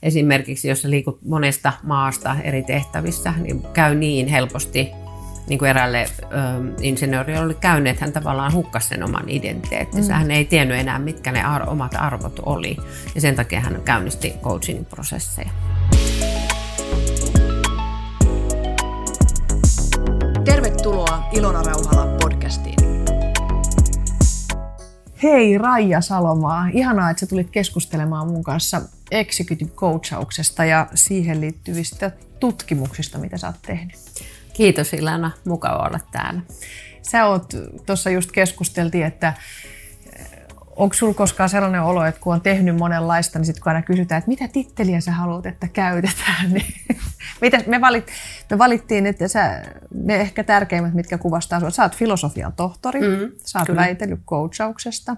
esimerkiksi jos sä liikut monesta maasta eri tehtävissä, niin käy niin helposti, niin kuin eräälle insinöörille oli käynyt, että hän tavallaan hukkasi sen oman identiteettinsä. Hän ei tiennyt enää, mitkä ne omat arvot oli, ja sen takia hän käynnisti coaching-prosesseja. Tervetuloa Ilona Rauhala podcastiin. Hei Raija Salomaa, ihanaa, että sä tulit keskustelemaan mun kanssa executive coachauksesta ja siihen liittyvistä tutkimuksista, mitä sä oot tehnyt. Kiitos Ilona, mukava olla täällä. Sä oot, tuossa just keskusteltiin, että onko sulla koskaan sellainen olo, että kun on tehnyt monenlaista, niin sitten kun aina kysytään, että mitä titteliä sä haluat, että käytetään, niin me valittiin, että ne ehkä tärkeimmät, mitkä kuvastaa sinua. Sä oot filosofian tohtori, sä oot väitellyt coachauksesta,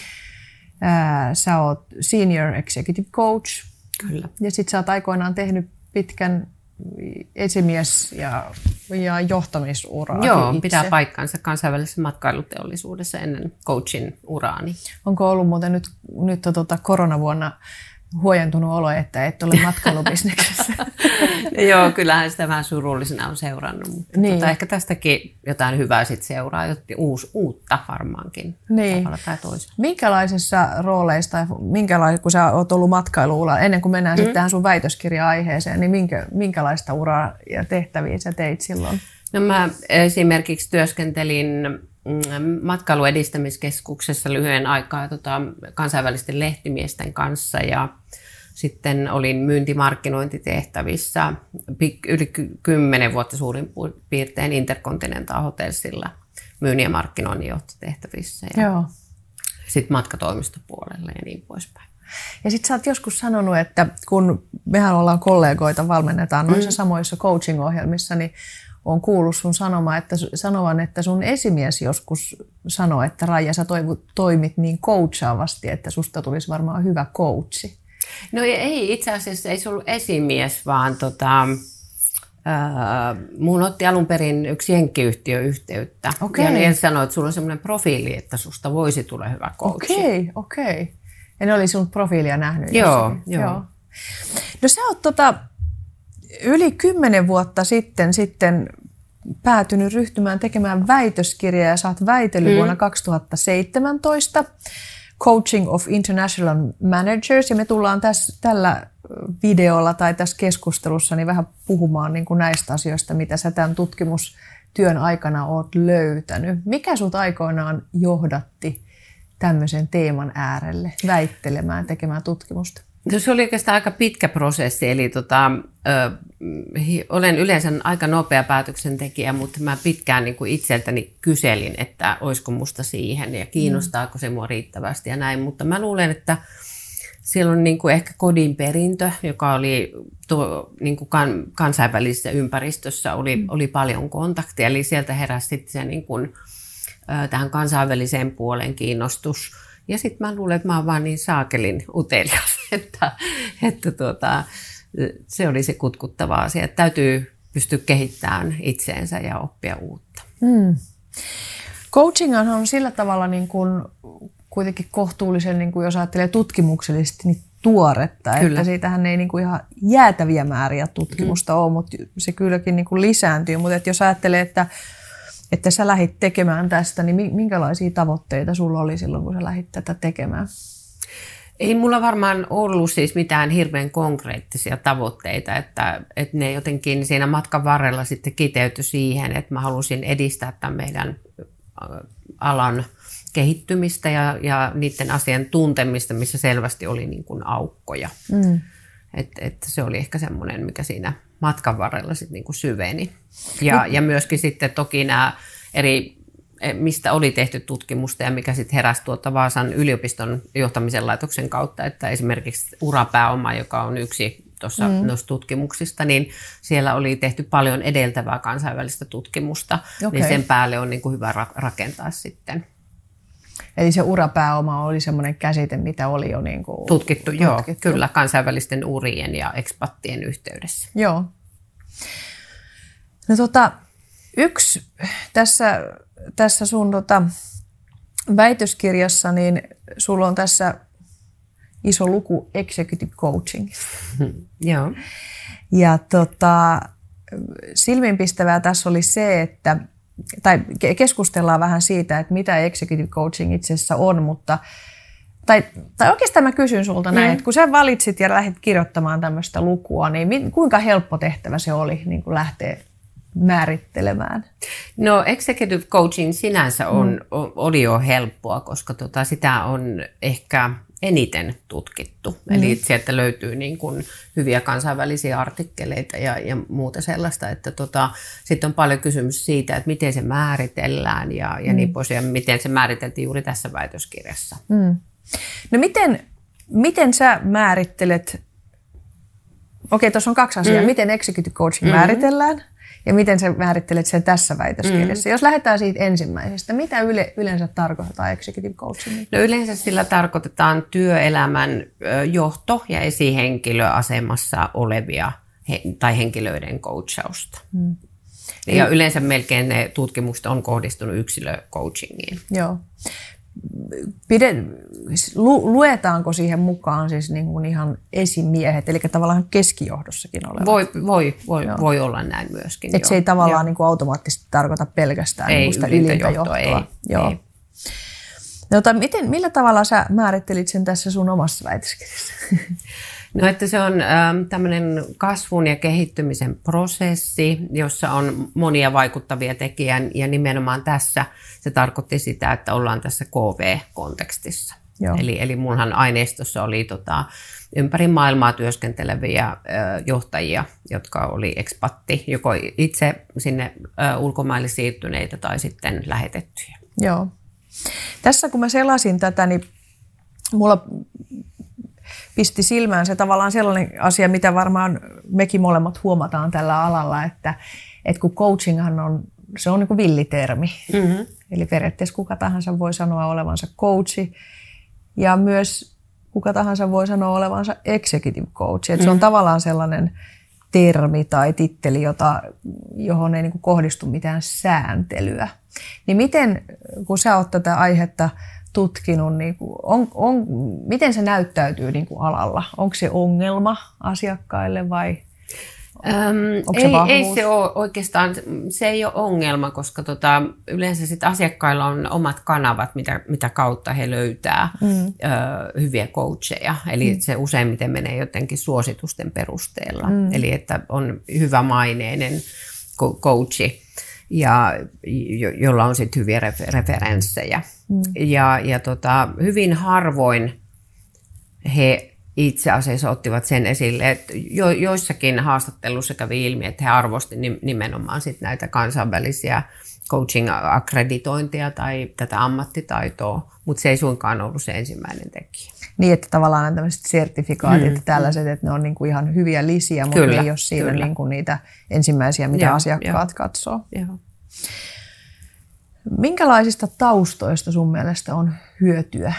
sä oot senior executive coach, kyllä. Ja sit sä oot aikoinaan tehnyt pitkän esimies- ja johtamisuraa. Joo, itse. pitää paikkansa kansainvälisessä matkailuteollisuudessa ennen coachin uraani. Onko ollut muuten nyt koronavuonna huojentunut olo, että et ole matkailubisneksessä? Joo, kyllähän sitä vähän surullisena on seurannut, mutta niin. Ehkä tästäkin jotain hyvää sit seuraa, uutta varmaankin tavalla tai toisella. Minkälaisissa rooleissa, kun sä oot ollut matkailuulalla, ennen kuin mennään sitten tähän sun väitöskirja-aiheeseen, niin minkälaista uraa ja tehtäviä sä teit silloin? No mä esimerkiksi työskentelin matkailuedistämiskeskuksessa lyhyen aikaa kansainvälisten lehtimiesten kanssa ja sitten olin myyntimarkkinointitehtävissä yli 10 vuotta suurin piirtein Intercontinental Hotelsilla myynnin ja markkinoinnin johtotehtävissä ja sitten matkatoimistopuolella ja niin poispäin. Ja sitten sä oot joskus sanonut, että kun mehän ollaan kollegoita, valmennetaan noissa samoissa coaching-ohjelmissa, niin on kuullut sun sanovan, että sun esimies joskus sanoi, että Raija, sä toimit niin coachaavasti, että susta tulisi varmaan hyvä coachi. No ei, itse asiassa ei se ollut esimies, vaan mun otti alun perin yksi jenkkiyhtiö yhteyttä. Okay. Ja ne sanoi, että sulla on semmoinen profiili, että susta voisi tulla hyvä coachi. Okei. Ja ne oli sun profiilia nähnyt. Joo. No sä oot yli 10 vuotta sitten päätynyt ryhtymään tekemään väitöskirjaa ja sä oot väitellyt vuonna 2017 Coaching of International Managers ja me tullaan tällä videolla tai tässä keskustelussa niin vähän puhumaan niin kuin näistä asioista, mitä sä tämän tutkimustyön aikana oot löytänyt. Mikä sut aikoinaan johdatti tämmöisen teeman äärelle väittelemään, tekemään tutkimusta? No, se oli oikeastaan aika pitkä prosessi, eli olen yleensä aika nopea päätöksentekijä, mutta mä pitkään niin kuin itseltäni kyselin, että olisiko musta siihen ja kiinnostaako se mua riittävästi ja näin, mutta mä luulen, että siellä on niin kuin ehkä kodin perintö, joka oli niin kuin kansainvälisessä ympäristössä, oli paljon kontaktia, eli sieltä heräsi sitten se niin kuin, tähän kansainväliseen puolen kiinnostus. Ja sitten mä luulen, että mä oon vaan niin saakelin utelias, että se oli se kutkuttava asia, että täytyy pystyä kehittämään itseensä ja oppia uutta. Coaching on sillä tavalla niin kuin kuitenkin kohtuullisen, niin kuin jos ajattelee tutkimuksellisesti, niin tuoretta. Kyllä. Että siitähän ei niin kuin ihan jäätäviä määriä tutkimusta ole, mutta se kylläkin niin kuin lisääntyy. Mutta että jos ajattelee, että sä lähdit tekemään tästä, niin minkälaisia tavoitteita sulla oli silloin, kun sä lähdit tätä tekemään? Ei mulla varmaan ollut siis mitään hirveän konkreettisia tavoitteita, että ne jotenkin siinä matkan varrella sitten kiteytyi siihen, että mä halusin edistää tämän meidän alan kehittymistä ja niiden asian tuntemista, missä selvästi oli niin kuin aukkoja. Että se oli ehkä semmoinen, mikä siinä matkan varrella sitten niin kuin syveni. Ja myöskin sitten toki nämä mistä oli tehty tutkimusta ja mikä sitten heräsi Vaasan yliopiston johtamisen laitoksen kautta, että esimerkiksi urapääoma, joka on yksi noista tutkimuksista, niin siellä oli tehty paljon edeltävää kansainvälistä tutkimusta, niin sen päälle on niin kuin hyvä rakentaa sitten. Eli se urapääoma oli semmoinen käsite, mitä oli jo niin kuin tutkittu. Joo, kyllä, kansainvälisten urien ja ekspattien yhteydessä. Joo. No yksi tässä sun väitöskirjassa, niin sulla on tässä iso luku executive coachingista. Joo. Ja silmiinpistävää tässä oli se, tai keskustellaan vähän siitä, että mitä executive coaching itse asiassa on, mutta tai oikeastaan mä kysyn sulta näin, että kun sä valitsit ja lähdit kirjoittamaan tämmöistä lukua, niin kuinka helppo tehtävä se oli niin kuin lähteä määrittelemään? No executive coaching sinänsä oli jo helppoa, koska sitä on ehkä eniten tutkittu. Eli sieltä löytyy niin kuin hyviä kansainvälisiä artikkeleita ja muuta sellaista, että sitten on paljon kysymys siitä, että miten se määritellään ja niin pois, ja miten se määriteltiin juuri tässä väitöskirjassa. No miten sä määrittelet, tuossa on 2 asiaa, miten executive coaching määritellään ja miten sä määrittelet sen tässä väitöskirjassa. Jos lähdetään siitä ensimmäisestä, mitä yleensä tarkoittaa executive coaching? No yleensä sillä tarkoitetaan työelämän johto- ja esihenkilöasemassa olevia tai henkilöiden coachausta. Ja yleensä melkein ne tutkimukset on kohdistunut yksilöcoachingiin. Joo. Luetaanko siihen mukaan siis niin kuin ihan esimiehet, eli tavallaan keskijohdossakin olevat? Voi olla näin myöskin. Että se ei tavallaan niin kuin automaattisesti tarkoita pelkästään ei, sitä ylintä johtoa. Ei. No, millä tavalla sä määrittelit sen tässä sun omassa väitöskirjassa? No, että se on tämmöinen kasvun ja kehittymisen prosessi, jossa on monia vaikuttavia tekijää, ja nimenomaan tässä se tarkoitti sitä, että ollaan tässä KV-kontekstissa. Eli munhan aineistossa oli ympäri maailmaa työskenteleviä johtajia, jotka oli expatti, joko itse sinne ulkomaille siirtyneitä tai sitten lähetettyjä. Joo. Tässä kun mä selasin tätä, niin mulla pisti silmään se tavallaan sellainen asia, mitä varmaan mekin molemmat huomataan tällä alalla, että kun coachinghan se on niin kuin villitermi. Eli periaatteessa kuka tahansa voi sanoa olevansa coachi ja myös kuka tahansa voi sanoa olevansa executive coach. Että se on tavallaan sellainen termi tai titteli, johon ei niin kuin kohdistu mitään sääntelyä. Niin miten, kun sä oot tätä aihetta tutkinut, niin miten se näyttäytyy niin kuin alalla? Onko se ongelma asiakkaille vai onko se vahvuus? Ei se ole oikeastaan, se ei ole ongelma, koska yleensä sit asiakkailla on omat kanavat, mitä kautta he löytää hyviä coacheja. Eli se useimmiten menee jotenkin suositusten perusteella. Eli että on hyvä maineinen coachi, jolla on sitten hyviä referenssejä. Ja hyvin harvoin he itse asiassa ottivat sen esille, että joissakin haastatteluissa kävi ilmi, että he arvostivat nimenomaan sit näitä kansainvälisiä coaching-akkreditointia tai tätä ammattitaitoa, mutta se ei suinkaan ollut se ensimmäinen tekijä. Niin, että tavallaan nämä tämmöiset sertifikaatit ja tällaiset, että ne on niinku ihan hyviä lisiä, mutta ei ole siinä niinku niitä ensimmäisiä, mitä asiakkaat katsoo. Joo. Minkälaisista taustoista sun mielestä on hyötyä?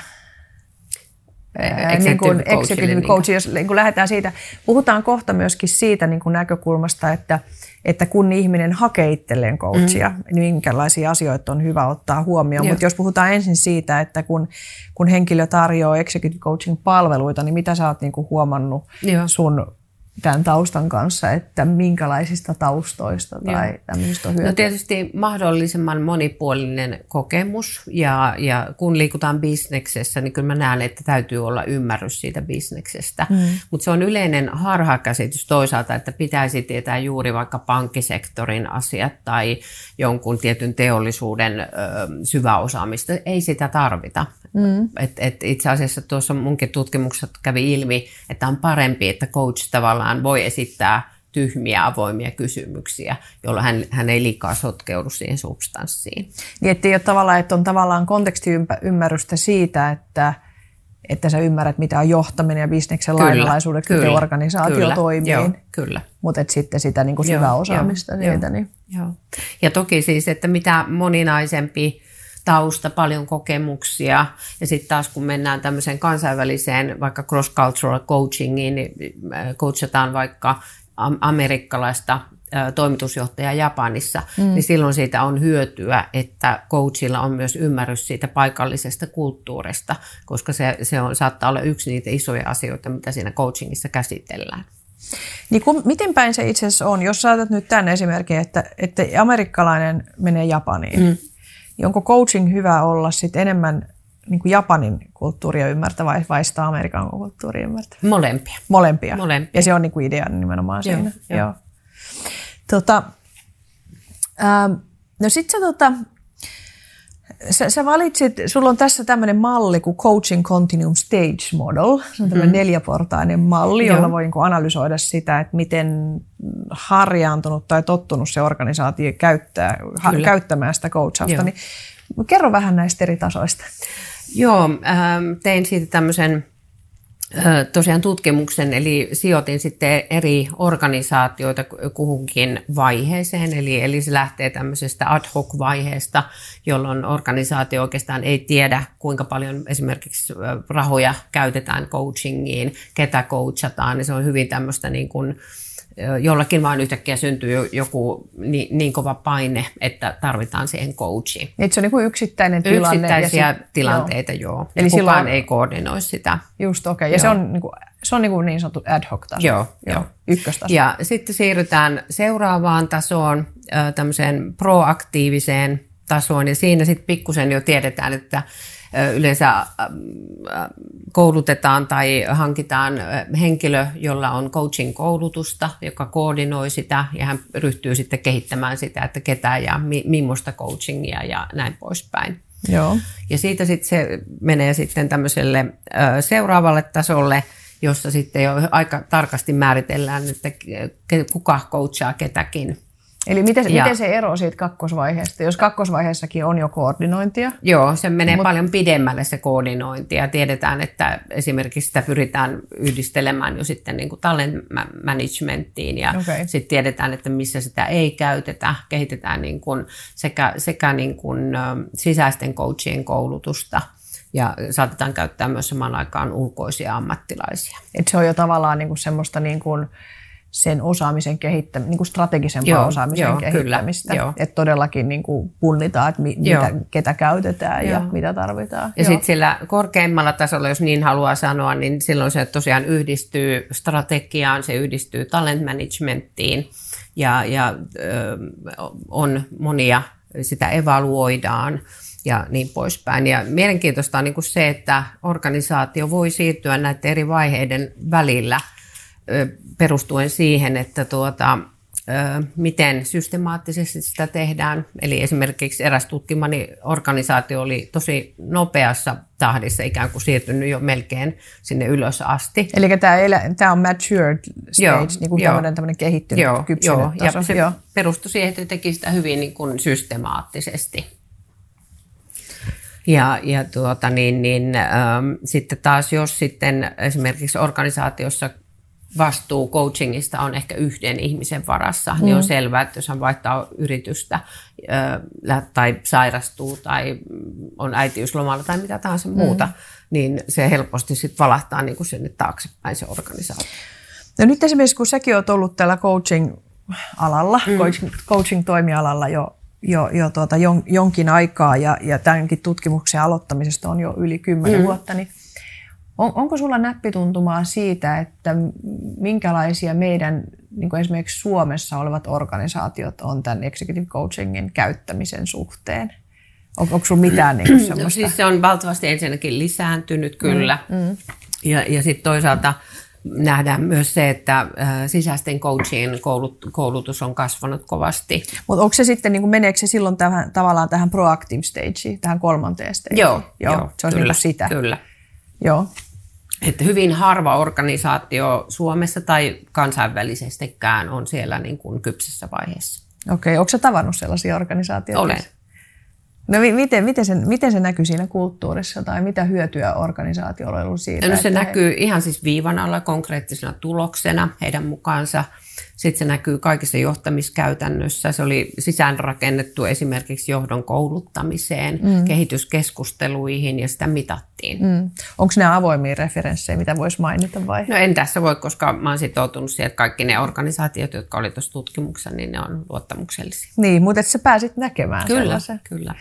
Executive coach, jos niin lähdetään siitä, puhutaan kohta myöskin siitä niin kuin näkökulmasta, että kun ihminen hakee itselleen coachia, niin minkälaisia asioita on hyvä ottaa huomioon. Mutta jos puhutaan ensin siitä, että kun henkilö tarjoaa executive coaching palveluita, niin mitä sä oot niin kuin huomannut sun tämän taustan kanssa, että minkälaisista taustoista tai tämmöisistä on hyötyä? No tietysti mahdollisimman monipuolinen kokemus ja kun liikutaan bisneksessä, niin kyllä mä näen, että täytyy olla ymmärrys siitä bisneksestä. Mutta se on yleinen harhakäsitys toisaalta, että pitäisi tietää juuri vaikka pankkisektorin asiat tai jonkun tietyn teollisuuden syväosaamista. Ei sitä tarvita. Et itse asiassa tuossa munkin tutkimuksessa kävi ilmi, että on parempi, että coach tavallaan voi esittää tyhmiä avoimia kysymyksiä, jolloin hän ei liikaa sotkeudu siihen substanssiin. Niin, että on tavallaan kontekstiymmärrystä siitä, että sä ymmärrät, mitä on johtaminen ja bisneksen lainalaisuudet, miten organisaatio toimii. Kyllä. Mutta sitten sitä niin kuin syvää osaamista siitä. Niin. Ja toki siis, että mitä moninaisempi tausta, paljon kokemuksia. Ja sitten taas kun mennään tämmöiseen kansainväliseen vaikka cross-cultural coachingiin, niin coachataan vaikka amerikkalaista toimitusjohtaja Japanissa, niin silloin siitä on hyötyä, että coachilla on myös ymmärrys siitä paikallisesta kulttuurista, koska se saattaa olla yksi niitä isoja asioita, mitä siinä coachingissa käsitellään. Niin miten päin se itse asiassa on, jos saatat nyt tämän esimerkin, että amerikkalainen menee Japaniin, niin onko coaching hyvä olla sit enemmän niin kuin Japanin kulttuuria ymmärtävä vai sitä Amerikan kulttuuria ymmärtävä? Molempia. Ja se on niin kuin idea nimenomaan siinä. Joo. No sit sä valitsit, sulla on tässä tämmöinen malli kuin Coaching Continuum Stage Model. Se on tämmöinen 4-portainen malli, jolla voi niin kuin analysoida sitä, että miten harjaantunut tai tottunut se organisaatio käyttämään sitä coachausta. Niin kerro vähän näistä eri tasoista. Joo, tein siitä tämmöisen tosiaan tutkimuksen, eli sijoitin sitten eri organisaatioita kuhunkin vaiheeseen, eli se lähtee tämmöisestä ad hoc-vaiheesta, jolloin organisaatio oikeastaan ei tiedä, kuinka paljon esimerkiksi rahoja käytetään coachingiin, ketä coachataan, niin se on hyvin tämmöistä niin kuin jollakin vaan yhtäkkiä syntyy joku niin kova paine, että tarvitaan siihen coachia. Se on niin kuin yksittäinen tilanne. Yksittäisiä tilanteita, joo. Eli kukaan ei koordinoi sitä. Just, okei. Ja se on niin sanottu ad hoc taso. Joo. Ykköstaso. Ja sitten siirrytään seuraavaan tasoon, tämmöiseen proaktiiviseen tasoon. Ja siinä sitten pikkusen jo tiedetään, että yleensä koulutetaan tai hankitaan henkilö, jolla on coaching-koulutusta, joka koordinoi sitä ja hän ryhtyy sitten kehittämään sitä, että ketä ja millaista coachingia ja näin poispäin. Joo. Ja siitä sitten se menee sitten tämmöiselle seuraavalle tasolle, jossa sitten jo aika tarkasti määritellään, että kuka coachaa ketäkin. Eli miten se ero siitä kakkosvaiheesta, jos kakkosvaiheessakin on jo koordinointia? Joo, se menee paljon pidemmälle se koordinointi ja tiedetään, että esimerkiksi sitä pyritään yhdistelemään jo sitten niin kuin talent managementtiin ja sitten tiedetään, että missä sitä ei käytetä, kehitetään niin kuin sekä niin kuin sisäisten coachien koulutusta ja saatetaan käyttää myös samaan aikaan ulkoisia ammattilaisia. Et se on jo tavallaan niin kuin semmoista niin kuin sen osaamisen kehittämistä, niin kuin strategisempaa osaamisen kehittämistä. Että todellakin niin kuin punnitaan, että ketä käytetään ja mitä tarvitaan. Ja sitten sillä korkeimmalla tasolla, jos niin haluaa sanoa, niin silloin se tosiaan yhdistyy strategiaan, se yhdistyy talent managementtiin ja on monia, sitä evaluoidaan ja niin poispäin. Ja mielenkiintoista on niin kuin se, että organisaatio voi siirtyä näiden eri vaiheiden välillä perustuen siihen, että miten systemaattisesti sitä tehdään. Eli esimerkiksi eräs tutkimani organisaatio oli tosi nopeassa tahdissa ikään kuin siirtynyt jo melkein sinne ylös asti. Eli tämä on matured stage, niin kuin tämmöinen kehittynyt, kypsynyt taso. Ja se perustui siihen, että teki sitä hyvin niin kuin systemaattisesti. Ja sitten taas jos sitten esimerkiksi organisaatiossa vastuu coachingista on ehkä yhden ihmisen varassa, niin on selvää, että jos hän vaihtaa yritystä tai sairastuu tai on äitiyslomalla tai mitä tahansa muuta, niin se helposti sitten valahtaa niin kuin sinne taaksepäin se organisaatio. No nyt esimerkiksi kun säkin olet ollut tällä coaching-alalla, coaching-toimialalla jonkin aikaa ja tämänkin tutkimuksen aloittamisesta on jo yli 10 vuotta, niin onko sulla näppituntumaa siitä, että minkälaisia meidän niin kuin esimerkiksi Suomessa olevat organisaatiot on tämän executive coachingin käyttämisen suhteen? Onko sulla mitään niin semmoista? No siis se on valtavasti ensinnäkin lisääntynyt kyllä. Ja sitten toisaalta nähdään myös se, että sisäisten coachien koulutus on kasvanut kovasti. Mutta onko se sitten, niin meneekö se silloin tavallaan tähän proactive stageen, tähän 3. stageen? Joo, se on kyllä, sitä. Kyllä. Joo. Että hyvin harva organisaatio Suomessa tai kansainvälisestikään on siellä niin kuin kypsessä vaiheessa. Okei, onko sä tavannut sellaisia organisaatioita? Olen. No miten se näkyy siinä kulttuurissa tai mitä hyötyä organisaatiolla on ollut siitä? No se näkyy ihan siis viivan alla konkreettisena tuloksena heidän mukaansa. Sitten se näkyy kaikissa johtamiskäytännössä. Se oli sisäänrakennettu esimerkiksi johdon kouluttamiseen, kehityskeskusteluihin ja sitä mitattiin. Onko nämä avoimia referenssejä, mitä voisi mainita vai? No en tässä voi, koska mä oon sitoutunut siihen, että kaikki ne organisaatiot, jotka oli tuossa tutkimuksessa, niin ne on luottamuksellisia. Niin, mutta sä pääsit näkemään sellaisen. Kyllä.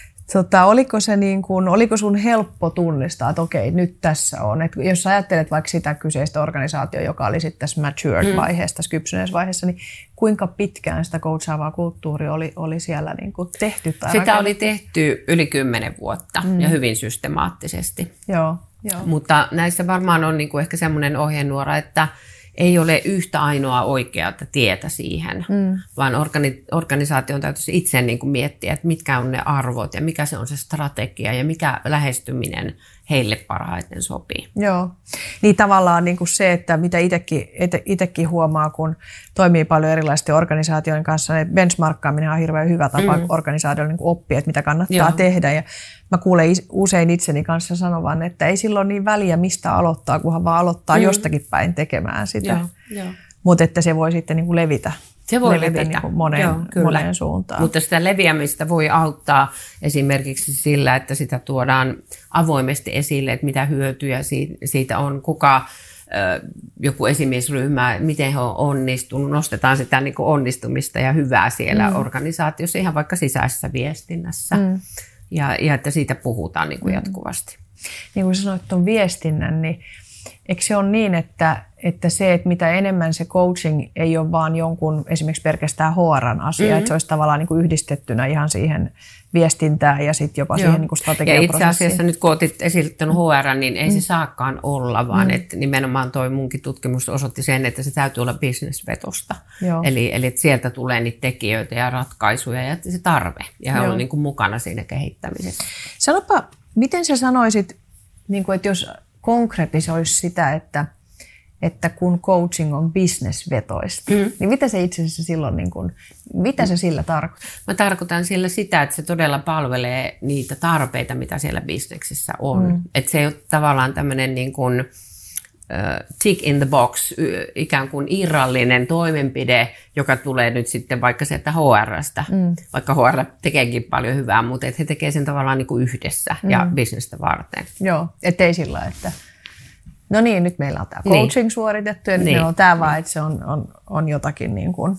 Oliko sun helppo tunnistaa, että okei, nyt tässä on. Et jos ajattelet vaikka sitä kyseistä organisaatiota, joka oli sitten tässä matured-vaiheessa, tässä kypsyneysvaiheessa, niin kuinka pitkään sitä coachaavaa kulttuuria oli siellä niin kuin tehty? Tai sitä oli tehty yli 10 vuotta ja hyvin systemaattisesti. Joo. Mutta näissä varmaan on niin kuin ehkä semmoinen ohjenuora, että ei ole yhtä ainoa oikeaa tietä siihen, vaan organisaation täytyisi itse niin kuin miettiä, että mitkä on ne arvot ja mikä se on se strategia ja mikä lähestyminen heille parhaiten sopii. Joo, niin tavallaan niin kuin se, että mitä itsekin huomaa, kun toimii paljon erilaisten organisaatioiden kanssa, niin benchmarkkaaminen on hirveän hyvä tapa organisaatioille niin kuin oppia, että mitä kannattaa tehdä. Ja mä kuulen usein itseni kanssa sanovan, että ei silloin niin väliä mistä aloittaa, kunhan vaan aloittaa jostakin päin tekemään sitä. Mutta että se voi sitten niin kuin levitä. Se voi levitä niin kuin moneen suuntaan. Mutta sitä leviämistä voi auttaa esimerkiksi sillä, että sitä tuodaan avoimesti esille, että mitä hyötyjä siitä on, joku esimiesryhmä, miten he on onnistunut. Nostetaan sitä niin kuin onnistumista ja hyvää siellä organisaatiossa, ihan vaikka sisäisessä viestinnässä. Ja että siitä puhutaan niin kuin jatkuvasti. Niin kuin sanoit tuon viestinnän, niin eikö se ole niin, että se, että mitä enemmän se coaching ei ole vaan jonkun esimerkiksi pelkästään HR:n asia, että se olisi tavallaan niin kuin yhdistettynä ihan siihen viestintään ja sitten jopa siihen niin kuin strategiaprosessiin. Ja itse asiassa nyt kun otit esille tuon HR:n, niin ei se saakaan olla, vaan että nimenomaan toi munkin tutkimus osoitti sen, että se täytyy olla bisnesvetosta. Eli että sieltä tulee niitä tekijöitä ja ratkaisuja ja se tarve. Ja he on niin kuin mukana siinä kehittämisessä. Sanopa, miten sä sanoisit, niin kuin, että jos konkretisoisi sitä, että kun coaching on bisnesvetoista, niin mitä se itse asiassa silloin, mitä se sillä tarkoittaa? Mä tarkoitan sillä sitä, että se todella palvelee niitä tarpeita, mitä siellä bisneksessä on. Että se ei ole tavallaan tämmöinen niin kuin tick in the box, ikään kuin irrallinen toimenpide, joka tulee nyt sitten vaikka sieltä HR:stä, vaikka HR tekeekin paljon hyvää, mutta että he tekevät sen tavallaan niin kuin yhdessä ja bisnestä varten. Joo, ettei sillä, että no niin, nyt meillä on tämä coaching suoritettu ja nyt meillä on tämä vaan, että se on jotakin niin kuin.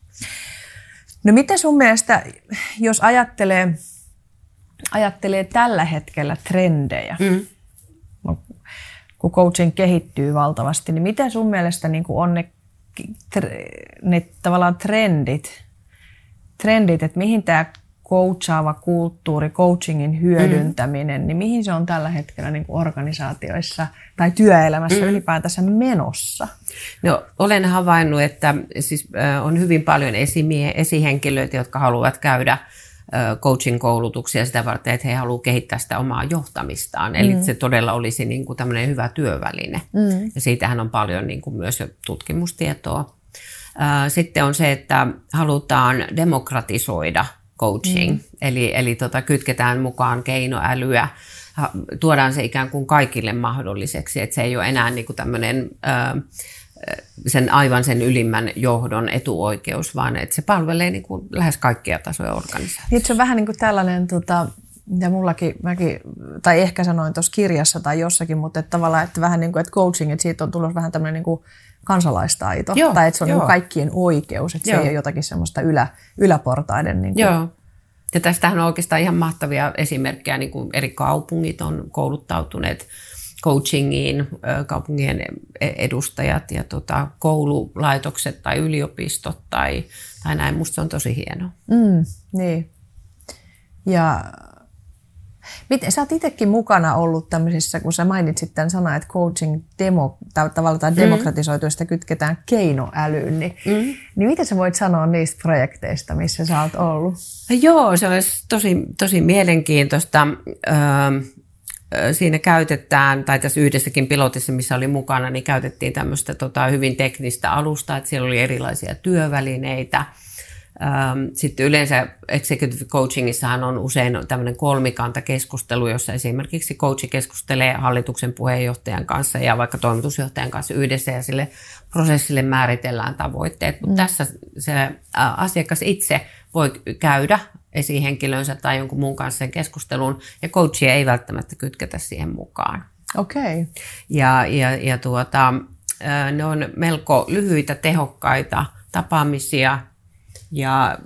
No miten sun mielestä, jos ajattelee tällä hetkellä trendejä, kun coaching kehittyy valtavasti, niin miten sun mielestä niin kuin on ne tavallaan trendit, että mihin tämä coachaava kulttuuri, coachingin hyödyntäminen, niin mihin se on tällä hetkellä niin kuin organisaatioissa tai työelämässä ylipäätänsä menossa? No, olen havainnut, että siis, on hyvin paljon esihenkilöitä, jotka haluavat käydä coaching-koulutuksia sitä varten, että he haluavat kehittää sitä omaa johtamistaan. Eli se todella olisi niin kuin tämmöinen hyvä työväline. Ja siitähän on paljon niin kuin myös tutkimustietoa. Sitten on se, että halutaan demokratisoida coaching, eli kytketään mukaan keinoälyä, tuodaan se ikään kuin kaikille mahdolliseksi, että se ei ole enää niin kuin tämmöinen sen ylimmän johdon etuoikeus, vaan että se palvelee niin kuin lähes kaikkia tasoja organisaatioissa. Niin, se on vähän niin kuin tällainen, mitä mäkin, tai ehkä sanoin tuossa kirjassa tai jossakin, mutta että tavallaan, että vähän niin kuin, että coaching, että siitä on tullut vähän tämmöinen niin kuin kansalaistaito, tai että se on niin kuin kaikkien oikeus, että se ei ole jotakin semmoista yläportaiden. Niin kuin. Joo. Ja tästähän on oikeastaan ihan mahtavia esimerkkejä, niin kuin eri kaupungit on kouluttautuneet coachingiin, kaupungien edustajat ja koululaitokset tai yliopistot tai näin. Musta se on tosi hienoa. Niin. Ja miten, sä oot itsekin mukana ollut tämmöisissä, kun sä mainitsit tämän sanan, että coaching tavallaan demokratisoitu, sitä kytketään keinoälyyn, niin mitä sä voit sanoa niistä projekteista, missä sä oot ollut? Joo, se olisi tosi mielenkiintoista. Siinä käytetään, tai tässä yhdessäkin pilotissa, missä oli mukana, niin käytettiin tämmöistä hyvin teknistä alustaa, että siellä oli erilaisia työvälineitä. Sitten yleensä executive coachingissahan on usein tämmöinen kolmikantakeskustelu, jossa esimerkiksi coachi keskustelee hallituksen puheenjohtajan kanssa ja vaikka toimitusjohtajan kanssa yhdessä ja sille prosessille määritellään tavoitteet. Mutta tässä se asiakas itse voi käydä esihenkilönsä tai jonkun muun kanssa sen keskusteluun ja coachia ei välttämättä kytketä siihen mukaan. Okei. Ja ne on melko lyhyitä, tehokkaita tapaamisia ja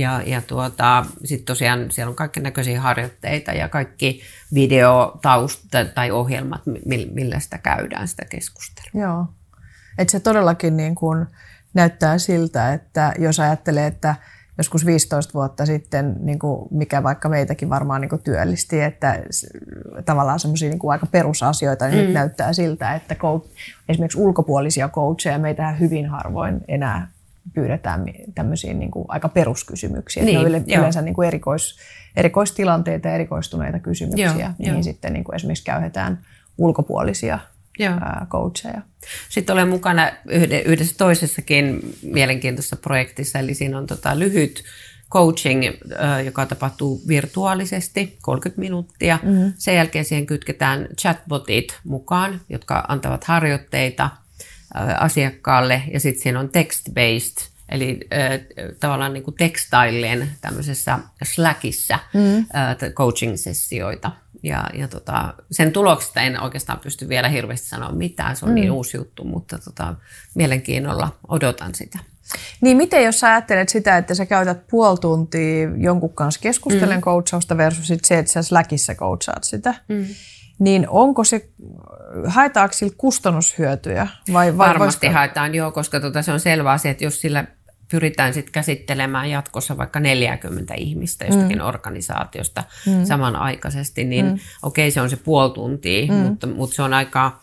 sitten tosiaan siellä on kaikennäköisiä harjoitteita ja kaikki videotausta tai ohjelmat, millä sitä käydään sitä keskustelua. Joo. Että se todellakin niin kuin näyttää siltä, että jos ajattelee, että joskus 15 vuotta sitten, niin kuin mikä vaikka meitäkin varmaan niin kuin työllisti, että tavallaan semmoisia niin kuin aika perusasioita, niin nyt näyttää siltä, että esimerkiksi ulkopuolisia coacheja meitähän hyvin harvoin enää pyydetään tämmöisiä niin kuin aika peruskysymyksiä. Niin, ne on yleensä niin kuin erikoistilanteita ja erikoistuneita kysymyksiä, mihin sitten niin kuin esimerkiksi käytetään ulkopuolisia coacheja. Sitten olen mukana yhdessä toisessakin mielenkiintoisessa projektissa, eli siinä on lyhyt coaching, joka tapahtuu virtuaalisesti, 30 minuuttia. Sen jälkeen siihen kytketään chatbotit mukaan, jotka antavat harjoitteita asiakkaalle, ja sitten siinä on text-based, eli tavallaan niin kuin tekstailleen tämmöisessä Slackissa coaching-sessioita. Ja sen tuloksesta en oikeastaan pysty vielä hirveästi sanoa mitään, se on niin uusi juttu, mutta mielenkiinnolla odotan sitä. Niin miten jos sä ajattelet sitä, että sä käytät puoli tuntia jonkun kanssa keskustellen coachausta versus se, että sä Slackissa coachaat sitä, niin onko se, haetaanko sillä kustannushyötyjä? Varmasti haetaan, joo, koska se on selvä asia, että jos sillä pyritään sitten käsittelemään jatkossa vaikka 40 ihmistä jostakin organisaatiosta samanaikaisesti, niin okei, se on se puoli tuntia, mutta se on aika,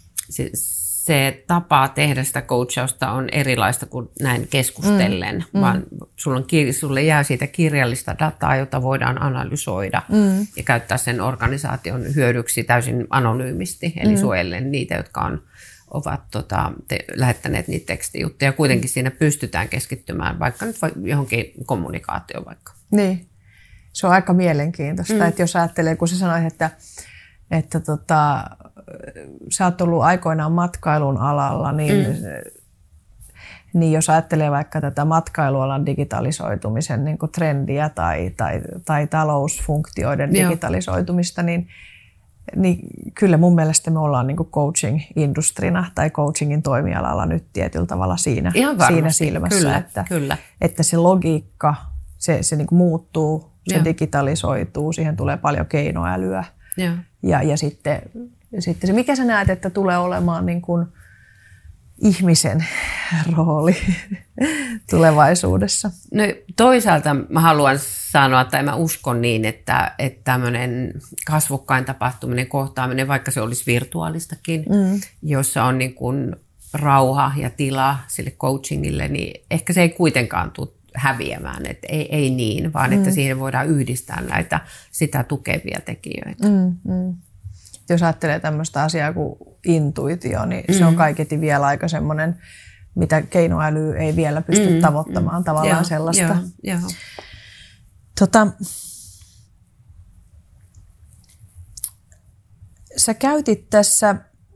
se tapa tehdä sitä coachausta on erilaista kuin näin keskustellen, vaan sulle jää siitä kirjallista dataa, jota voidaan analysoida ja käyttää sen organisaation hyödyksi täysin anonyymisti, eli suojellen niitä, jotka ovat lähettäneet niitä tekstijuttuja. Kuitenkin siinä pystytään keskittymään vaikka nyt johonkin kommunikaatioon vaikka. Niin, se on aika mielenkiintoista, että jos ajattelee, kun sä sanoit, että sä oot ollut aikoinaan matkailun alalla, niin jos ajattelee vaikka tätä matkailualan digitalisoitumisen niin kuin trendiä tai talousfunktioiden digitalisoitumista, niin kyllä mun mielestä me ollaan niin kuin coaching-industrina tai coachingin toimialalla nyt tietyllä tavalla siinä silmässä, että se logiikka, se niin kuin muuttuu, se digitalisoituu, siihen tulee paljon keinoälyä. Ja sitten se, mikä sä näet, että tulee olemaan niin kuin ihmisen rooli tulevaisuudessa? No, toisaalta mä haluan sanoa, tai mä uskon niin, että tämmöinen kasvokkain tapahtuminen, kohtaaminen, vaikka se olisi virtuaalistakin, jossa on niin kuin rauha ja tila sille coachingille, niin ehkä se ei kuitenkaan tule häviämään, että ei niin, vaan että siihen voidaan yhdistää näitä sitä tukevia tekijöitä. Jos ajattelee tämmöistä asiaa kuin intuitio, niin se on kaiketi vielä aika semmoinen, mitä keinoäly ei vielä pysty tavoittamaan tavallaan sellaista. Sä käytit tässä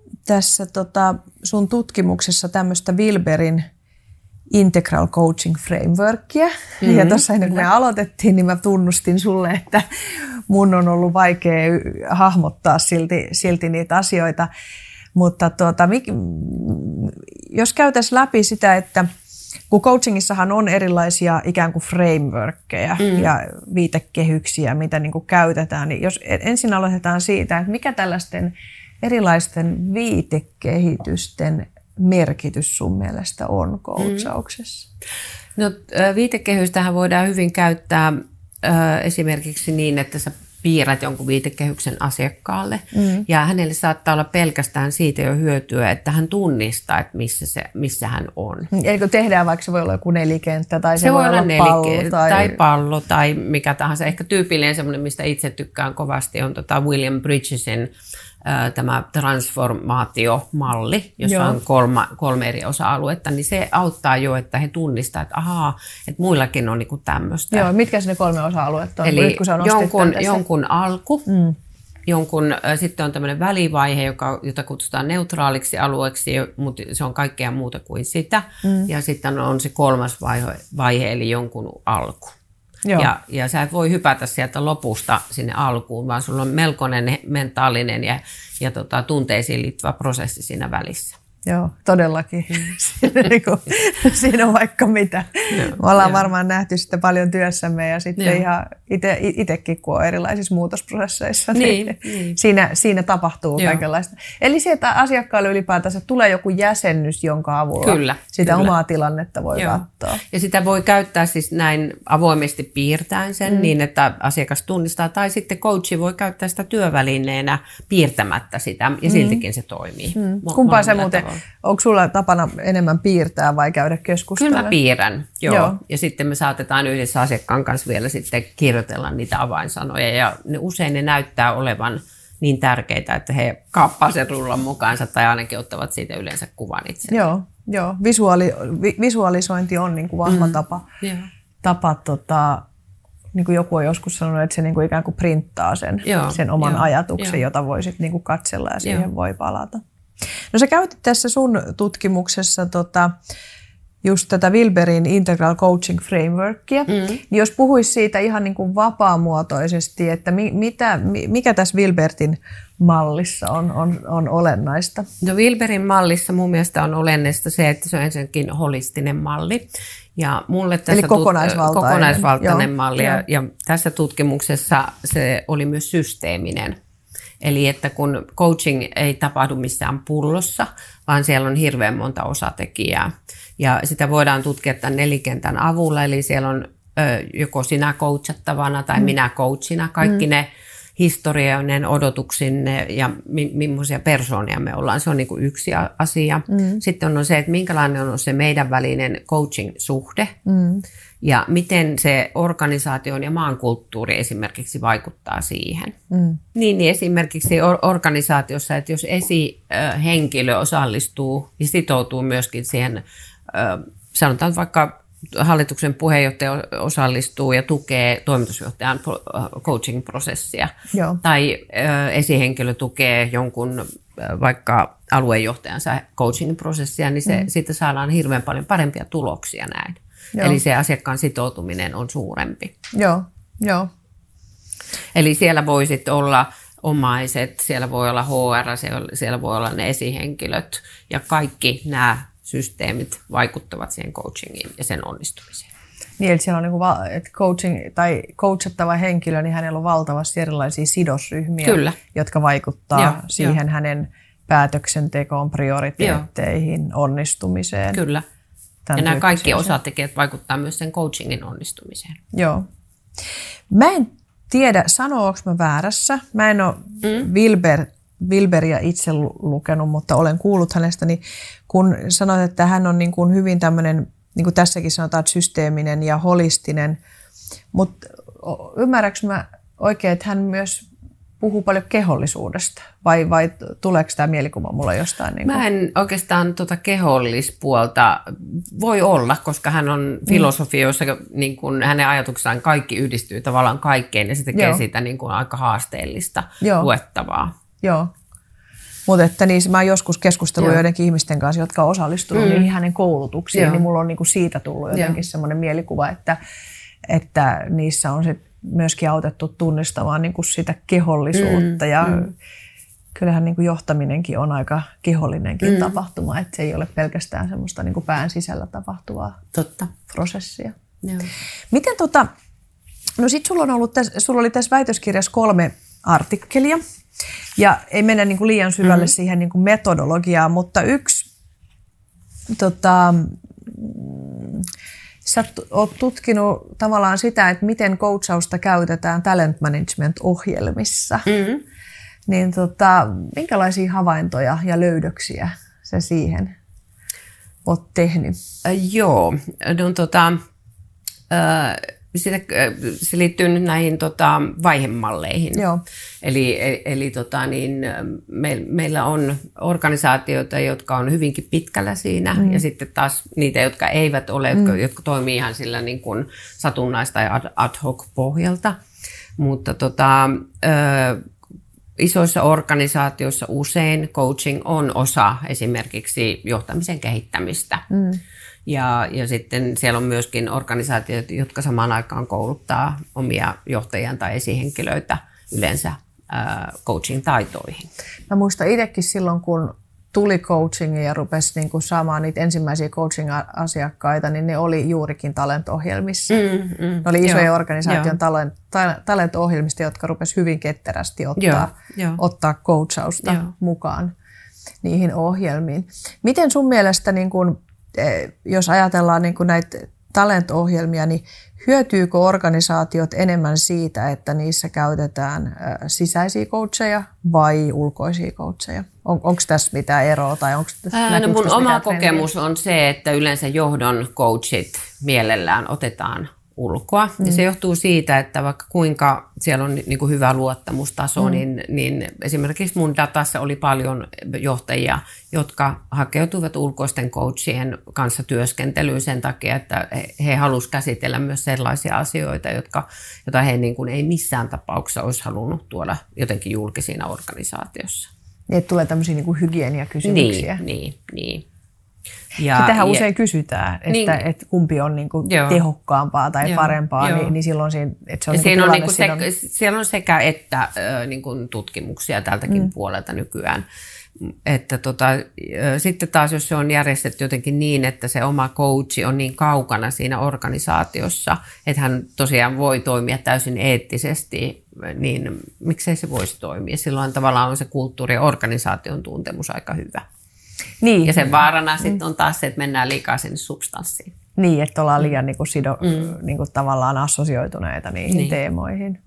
sun tutkimuksessa tämmöistä Wilberin Integral Coaching Frameworkia. Ja tuossa ennen kuin me aloitettiin, niin mä tunnustin sulle, että mun on ollut vaikea hahmottaa silti niitä asioita. Mutta jos käytäisiin läpi sitä, että kun coachingissahan on erilaisia ikään kuin frameworkkeja ja viitekehyksiä, mitä niin kuin käytetään, niin jos ensin aloitetaan siitä, että mikä tällaisten erilaisten viitekehitysten merkitys sun mielestä on coachauksessa? No, viitekehystähän voidaan hyvin käyttää esimerkiksi niin, että sä piirrät jonkun viitekehyksen asiakkaalle ja hänelle saattaa olla pelkästään siitä jo hyötyä, että hän tunnistaa, että missä hän on. Eli kun tehdään vaikka se voi olla joku nelikenttä tai se voi olla pallo tai pallo tai mikä tahansa. Ehkä tyypillinen semmoinen, mistä itse tykkään kovasti, on William Bridgesin tämä transformaatiomalli, jossa Joo. on kolme eri osa-aluetta, niin se auttaa jo, että he tunnistavat, että ahaa, että muillakin on niin tämmöistä. Joo, mitkä ne 3 osa-aluetta on? Eli jonkun alku, sitten on tämmöinen välivaihe, jota kutsutaan neutraaliksi alueeksi, mutta se on kaikkea muuta kuin sitä. Ja sitten on se 3. vaihe, eli jonkun alku. Ja sä et voi hypätä sieltä lopusta sinne alkuun, vaan sulla on melkoinen mentaalinen ja tunteisiin liittyvä prosessi siinä välissä. Joo, todellakin. Siinä on vaikka mitä. Me ollaan varmaan nähty sitä paljon työssämme ja sitten ihan itsekin, kun on erilaisissa muutosprosesseissa, niin siinä tapahtuu kaikenlaista. Eli se, että asiakkaalle ylipäätänsä tulee joku jäsennys, jonka avulla sitä omaa tilannetta voi katsoa. Ja sitä voi käyttää siis näin avoimesti piirtäen sen niin, että asiakas tunnistaa, tai sitten coachi voi käyttää sitä työvälineenä piirtämättä sitä ja siltikin se toimii. Kumpaa se muuten? Onko sulla tapana enemmän piirtää vai käydä keskustelua? Kyllä mä piirrän, joo. Ja sitten me saatetaan yhdessä asiakkaan kanssa vielä sitten kirjoitella niitä avainsanoja. Ja usein ne näyttää olevan niin tärkeitä, että he kaappaa sen rullan mukaansa tai ainakin ottavat siitä yleensä kuvan itse. Joo. Visualisointi on niin kuin vahva tapa niin kuin joku on joskus sanonut, että se niin kuin ikään kuin printtaa sen oman ajatuksen, jota voi sitten niin kuin katsella ja siihen voi palata. No sä käytit tässä sun tutkimuksessa just tätä Wilberin Integral Coaching Frameworkia. Niin jos puhuisi siitä ihan niin kuin vapaamuotoisesti, että mikä tässä Wilbertin mallissa on olennaista? No Wilberin mallissa mun mielestä on olennaista se, että se on ensinnäkin holistinen malli. Ja mulle tässä eli kokonaisvaltainen malli. Ja tässä tutkimuksessa se oli myös systeeminen. Eli että kun coaching ei tapahdu missään pullossa, vaan siellä on hirveän monta osatekijää. Ja sitä voidaan tutkia tämän 4 kentän avulla, eli siellä on joko sinä coachattavana tai minä coachina. Kaikki ne historiallinen odotuksinne ja millaisia persoonia me ollaan. Se on niin kuin yksi asia. Sitten on se, että minkälainen on se meidän välinen coaching-suhde. Ja miten se organisaation ja maan kulttuuri esimerkiksi vaikuttaa siihen. Niin esimerkiksi organisaatiossa, että jos esihenkilö osallistuu ja sitoutuu myöskin siihen, sanotaan vaikka hallituksen puheenjohtaja osallistuu ja tukee toimitusjohtajan coaching-prosessia. Tai esihenkilö tukee jonkun vaikka aluejohtajansa coaching-prosessia, niin siitä saadaan hirveän paljon parempia tuloksia näin. Eli se asiakkaan sitoutuminen on suurempi. Joo. Eli siellä voi sitten olla omaiset, siellä voi olla HR, siellä voi olla ne esihenkilöt ja kaikki nämä systeemit vaikuttavat siihen coachingiin ja sen onnistumiseen. Niin, eli siellä on että coaching tai coachattava henkilö, niin hänellä on valtavasti erilaisia sidosryhmiä, jotka vaikuttaa siihen hänen päätöksentekoon, prioriteetteihin, onnistumiseen. Kyllä. Ja nämä kaikki osatekijät vaikuttaa myös sen coachingin onnistumiseen. Joo. Mä en tiedä, sanoinko mä väärässä. Mä en ole Wilberia itse lukenut, mutta olen kuullut hänestä, niin kun sanoit, että hän on niin kuin hyvin tämmöinen, niin kuin tässäkin sanotaan, että systeeminen ja holistinen, mutta ymmärränkö mä oikein, että hän myös puhuu paljon kehollisuudesta, vai tuleeko tämä mielikuva mulla jostain? Niin kuin? Mä en oikeastaan kehollispuolta voi olla, koska hän on filosofi, jossa niin kuin hänen ajatuksessaan kaikki yhdistyy tavallaan kaikkeen, ja se tekee siitä niin kuin aika haasteellista luettavaa. Joo. Mutta että niin, mä oon joskus keskustellut joidenkin ihmisten kanssa, jotka on osallistunut niihin hänen koulutuksiin, niin mulla on niin kuin siitä tullut jotenkin semmoinen mielikuva, että niissä on sit myöskin autettu tunnistamaan niin kuin sitä kehollisuutta ja kyllähän niin kuin johtaminenkin on aika kehollinenkin tapahtuma, että se ei ole pelkästään semmoista niin kuin pään sisällä tapahtuvaa prosessia. Miten no sit sulla oli tässä väitöskirjassa 3 artikkelia ja ei mennä niin kuin liian syvälle siihen niin kuin metodologiaan, mutta yksi sä oot tutkinut tavallaan sitä, että miten coachausta käytetään talent management-ohjelmissa. Niin minkälaisia havaintoja ja löydöksiä sä siihen oot tehnyt? Joo, no, Se liittyy nyt näihin vaihemalleihin. Joo. Eli meillä on organisaatioita, jotka on hyvinkin pitkällä siinä, ja sitten taas niitä, jotka eivät ole, jotka toimii ihan sillä niin kuin satunnaista ja ad hoc pohjalta. Mutta isoissa organisaatioissa usein coaching on osa esimerkiksi johtamisen kehittämistä. Ja sitten siellä on myöskin organisaatioita, jotka samaan aikaan kouluttaa omia johtajia tai esihenkilöitä yleensä coaching-taitoihin. Mä muistan itsekin silloin, kun tuli coachingia ja rupesi niin kuin saamaan niitä ensimmäisiä coaching-asiakkaita, niin ne oli juurikin talent-ohjelmissa. Ne oli isoja organisaation talent-ohjelmista, jotka rupesi hyvin ketterästi ottaa coachausta mukaan niihin ohjelmiin. Miten sun mielestä, niin kun, jos ajatellaan niin kun näitä talent-ohjelmia, niin hyötyykö organisaatiot enemmän siitä, että niissä käytetään sisäisiä coacheja vai ulkoisia coacheja? Onko tässä mitään eroa? Tai mun oma kokemus on se, että yleensä johdon coachit mielellään otetaan ulkoa. Ja se johtuu siitä, että vaikka kuinka siellä on niin kuin hyvä luottamustaso, niin esimerkiksi mun datassa oli paljon johtajia, jotka hakeutuivat ulkoisten coachien kanssa työskentelyyn sen takia, että he halusivat käsitellä myös sellaisia asioita, joita he niin kuin ei missään tapauksessa olisi halunnut tuoda jotenkin julkisina organisaatiossa. Niin, että tulee tämmöisiä niin kuin hygieniakysymyksiä. Niin. Sitähän usein kysytään, että kumpi on niinku tehokkaampaa tai parempaa, niin silloin että se on siellä on sekä että niinku tutkimuksia tältäkin puolelta nykyään. Että sitten taas, jos se on järjestetty jotenkin niin, että se oma coachi on niin kaukana siinä organisaatiossa, että hän tosiaan voi toimia täysin eettisesti, niin miksei se voisi toimia? Silloin tavallaan on se kulttuuri ja organisaation tuntemus aika hyvä. Niin. Ja sen vaarana sitten on taas se, että mennään liikaa sinne substanssiin. Niin, että ollaan liian niinku tavallaan assosioituneita niihin teemoihin.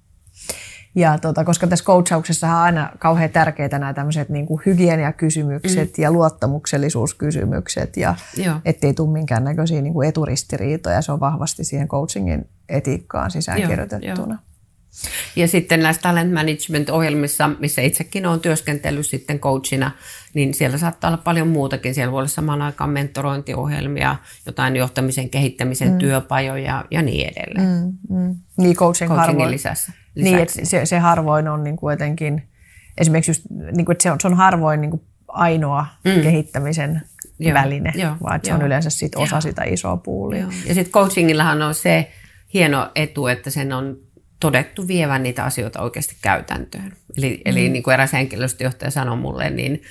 Ja koska tässä coachauksessa on aina kauhean tärkeitä nämä tämmöiset niinku hygieniakysymykset ja luottamuksellisuuskysymykset ja ettei tule minkäännäköisiä niinku eturistiriitoja. Se on vahvasti siihen coachingin etiikkaan sisäänkirjoitettuna. Ja sitten näissä talent management-ohjelmissa, missä itsekin olen työskentellyt sitten coachina, niin siellä saattaa olla paljon muutakin. Siellä voi olla samaan aikaan mentorointiohjelmia, jotain johtamisen, kehittämisen työpajoja ja niin edelleen. Niin coachingin lisäksi. Niin, että se harvoin on niin kuin jotenkin, esimerkiksi just, niin kuin, että se on harvoin niin kuin ainoa kehittämisen väline, vaan että se on yleensä sit osa sitä isoa poolia. Ja sitten coachingillahan on se hieno etu, että sen on todettu vievän niitä asioita oikeasti käytäntöön. Eli niin kuin eräs henkilöstöjohtaja sanoi mulle,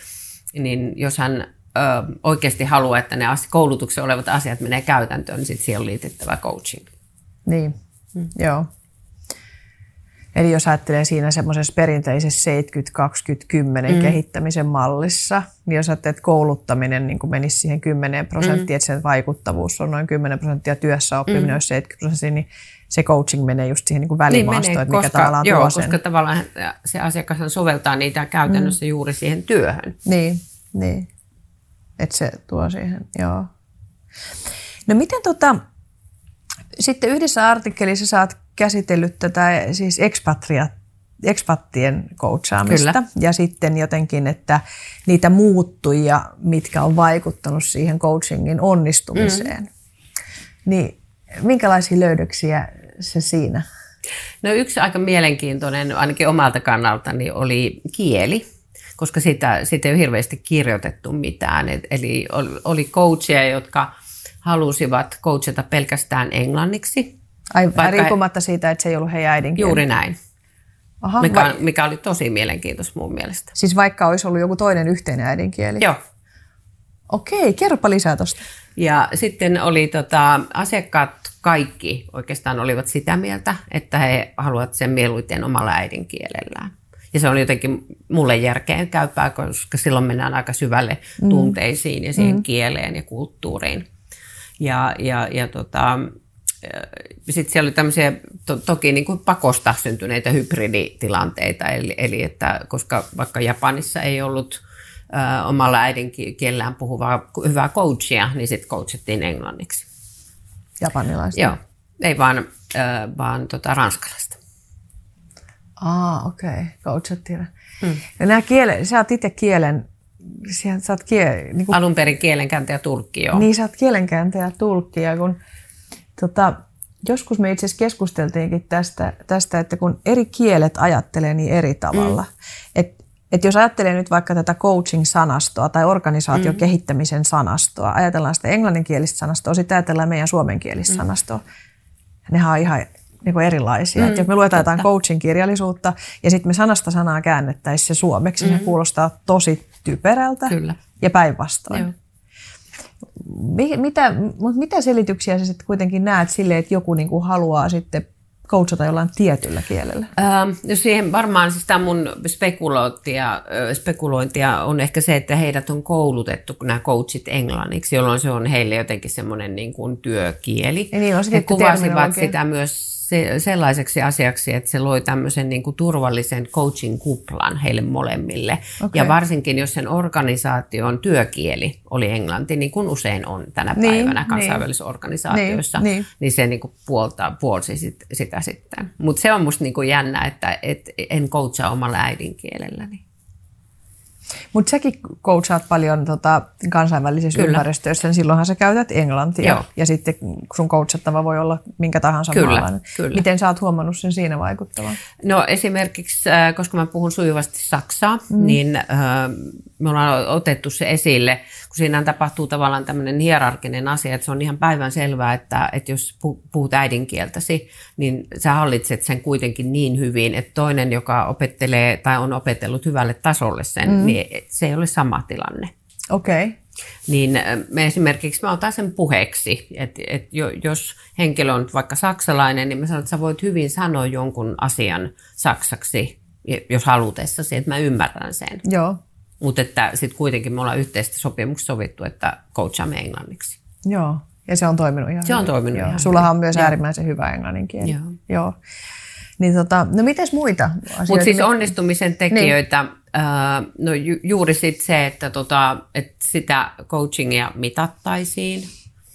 niin jos hän oikeasti haluaa, että ne koulutuksessa olevat asiat menee käytäntöön, niin sitten siihen on liitettävä coaching. Niin, joo. Eli jos ajattelee siinä semmoisessa perinteisessä 70-20-10 kehittämisen mallissa, niin jos ajattelee, että kouluttaminen niin menisi siihen 10%, että sen vaikuttavuus on noin 10%, työssä oppiminen olisi 70%, niin se coaching menee just siihen niin välimaastoon, että mikä tavallaan tuo sen. Koska tavallaan se asiakas soveltaa niitä käytännössä juuri siihen työhön. Niin. Että se tuo siihen, joo. No miten sitten yhdessä artikkelissa sä oot käsitellyt tätä siis ekspattien coachaamista. Kyllä. Ja sitten jotenkin, että niitä muuttujia, mitkä on vaikuttanut siihen coachingin onnistumiseen. Niin minkälaisia löydöksiä se siinä? No yksi aika mielenkiintoinen, ainakin omalta kannaltani, oli kieli, koska sitä ei ole hirveästi kirjoitettu mitään. Eli oli coachia, jotka halusivat coachata pelkästään englanniksi. Riippumatta siitä, että se ei ollut heidän äidinkieli. Juuri näin. Aha, mikä oli tosi mielenkiintoista mun mielestä. Siis vaikka olisi ollut joku toinen yhteinen äidinkieli? Joo. Okei, kerropa lisää tuosta. Ja sitten oli asiakkaat kaikki oikeastaan olivat sitä mieltä, että he haluavat sen mieluiten omalla äidinkielellään. Ja se on jotenkin mulle järkeen käypää, koska silloin mennään aika syvälle tunteisiin ja siihen kieleen ja kulttuuriin. Ja sitten siellä oli tämmöisiä toki niin kuin pakosta syntyneitä hybriditilanteita, eli että koska vaikka Japanissa ei ollut omalla äidinkielellään puhuvaa hyvää coachia, niin sitten coachattiin englanniksi. Japanilaista. Joo. Ei vaan ranskalaista. Okei. Coachattiin. Ja nämä kielet, sä oot itse kielen, sä oot niin kuin, alun perin kielenkääntäjä tulkki, joo. Niin, sä oot kielenkääntäjä tulkki. Ja kun, joskus me itse asiassa keskusteltiinkin tästä, että kun eri kielet ajattelee niin eri tavalla. Että jos ajattelee nyt vaikka tätä coaching-sanastoa tai organisaatiokehittämisen sanastoa, ajatellaan sitä englanninkielistä sanastoa, sitten ajatellaan meidän suomenkielistä sanastoa. Nehän on ihan niin kuin erilaisia. Että jos me luetaan jotain coaching-kirjallisuutta ja sitten me sanasta sanaa käännettäisiin se suomeksi, se kuulostaa tosi typerältä. Kyllä. Ja päinvastoin. Mitä selityksiä sä sitten kuitenkin näet sille, että joku niinku haluaa sitten coachata jollain tietyllä kielellä? No siihen varmaan siis tämä mun spekulointia on ehkä se, että heidät on koulutettu, nämä coachit englanniksi, jolloin se on heille jotenkin semmoinen niin kuin työkieli. Ja niin on se he kuvasivat sitä myös sellaiseksi asiaksi, että se loi tämmöisen niin kuin turvallisen coaching-kuplan heille molemmille. Okay. Ja varsinkin, jos sen organisaation työkieli oli englanti, niin kuin usein on tänä päivänä kansainvälisissä organisaatioissa, niin se niin kuin puolsi sitä sitten. Mutta se on musta niin kuin jännä, että en coachaa omalla äidinkielelläni. Mutta säkin coachaat paljon kansainvälisissä ympäristöissä, niin silloinhan sä käytät englantia. Joo. Ja sitten sun coachattava voi olla minkä tahansa maalainen. Kyllä. Miten sä oot huomannut sen siinä vaikuttavan? No esimerkiksi, koska mä puhun sujuvasti saksaa, niin me ollaan otettu se esille, kun siinä tapahtuu tavallaan tämmöinen hierarkinen asia, että se on ihan päivänselvää, että jos puhut äidinkieltäsi, niin sä hallitset sen kuitenkin niin hyvin, että toinen, joka opettelee tai on opetellut hyvälle tasolle sen, niin se ei ole sama tilanne. Okei. Okay. Niin mä otan sen puheeksi, että jos henkilö on vaikka saksalainen, niin mä sanon, että sä voit hyvin sanoa jonkun asian saksaksi, jos halutessasi, että mä ymmärrän sen. Joo. Mutta että sitten kuitenkin me ollaan yhteisesti sopimuksessa sovittu, että coachaamme englanniksi. Joo, ja se on toiminut ihan Se on toiminut ihan Sullahan on myös äärimmäisen hyvä englannin kieli. Joo. Niin no mites muita asioita? Mutta siis onnistumisen tekijöitä, no juuri sitten se, että sitä coachingia mitattaisiin.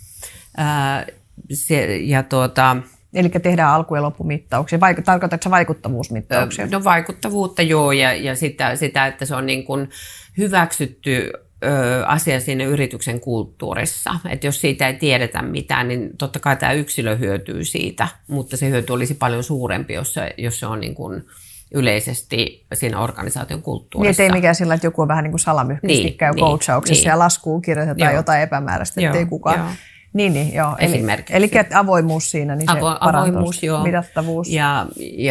Eli tehdään alku- ja loppumittauksia. Tarkoitatko sä vaikuttavuusmittauksia? No vaikuttavuutta joo, ja sitä, että se on niin kuin hyväksytty asia siinä yrityksen kulttuurissa. Että jos siitä ei tiedetä mitään, niin totta kai tämä yksilö hyötyy siitä, mutta se hyöty olisi paljon suurempi, jos se on niin kuin yleisesti siinä organisaation kulttuurissa. Niin, ei mikään sillä, että joku on vähän niin kuin salamyhkäisesti käy coachauksessa ja laskuun kirjoitetaan jotain epämääräistä, ettei kukaan... Joo. Niin, joo. Eli avoimuus siinä, niin se avoimuus, joo. Mitattavuus. Ja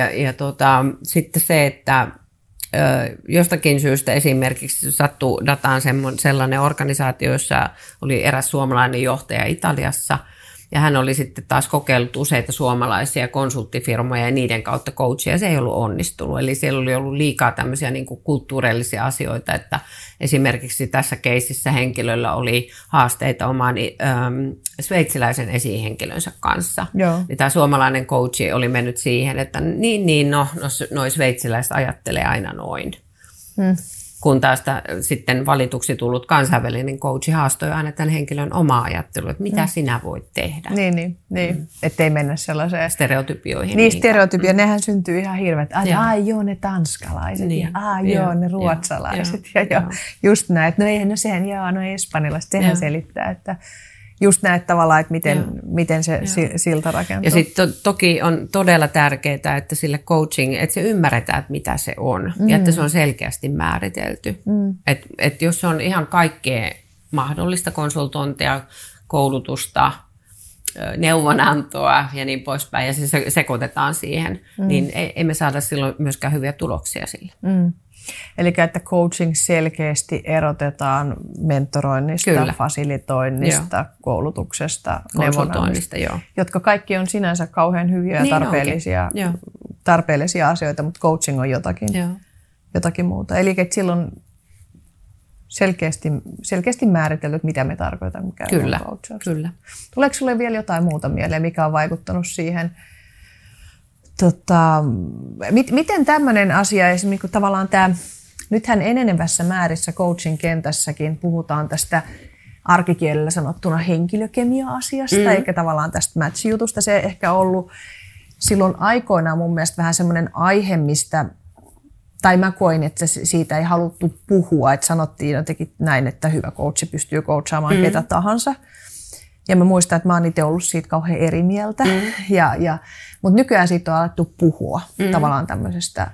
sitten se, että jostakin syystä esimerkiksi sattuu dataan sellainen organisaatio, jossa oli eräs suomalainen johtaja Italiassa, ja hän oli sitten taas kokeillut useita suomalaisia konsulttifirmoja ja niiden kautta coachia, ja se ei ollut onnistunut. Eli siellä oli ollut liikaa tämmöisiä niin kuin kulttuurillisia asioita, että esimerkiksi tässä keississä henkilöllä oli haasteita oman sveitsiläisen esihenkilönsä kanssa. Joo. Niin tämä suomalainen coachi oli mennyt siihen, että noi sveitsiläiset ajattelee aina noin. Kun taas sitten valituksi tullut kansainvälinen coachi haastoi aina tämän henkilön omaa ajattelua, että mitä sinä voit tehdä. Niin. Ettei mennä sellaiseen stereotypioihin. Niin, stereotypia, nehän syntyy ihan hirveät. Joo, ne tanskalaiset joo, ne ruotsalaiset. Ja just näin, että sehän espanjalaiset, sehän selittää, että just näet tavallaan, että miten se silta rakentuu. Ja sitten toki on todella tärkeää, että sille että se ymmärretään, että mitä se on. Ja että se on selkeästi määritelty. Että jos se on ihan kaikkea mahdollista konsultointia, koulutusta, neuvonantoa ja niin poispäin, ja se sekoitetaan siihen, niin ei me saada silloin myöskään hyviä tuloksia sille. Eli että coaching selkeästi erotetaan mentoroinnista, fasilitoinnista, koulutuksesta, neuvonannista, jotka kaikki on sinänsä kauhean hyviä ja tarpeellisia asioita, mutta coaching on jotakin muuta. Eli että silloin selkeästi määritellyt, mitä me tarkoitamme käydään coachauksessa. Kyllä. Tuleeko sinulle vielä jotain muuta mieleen, mikä on vaikuttanut siihen? Miten tämmöinen asia, esimerkiksi tavallaan nythän enenevässä määrissä coaching kentässäkin puhutaan tästä arkikielellä sanottuna henkilökemia-asiasta, eikä tavallaan tästä match-jutusta. Se ehkä ollut silloin aikoinaan mun mielestä vähän semmoinen aihe, mistä, tai mä koin, että siitä ei haluttu puhua, että sanottiin jotenkin näin, että hyvä coachi pystyy coachaamaan ketä tahansa. Ja mä muistan, että mä oon itse ollut siitä kauhean eri mieltä, mutta nykyään siitä on alettu puhua tavallaan tämmöisestä.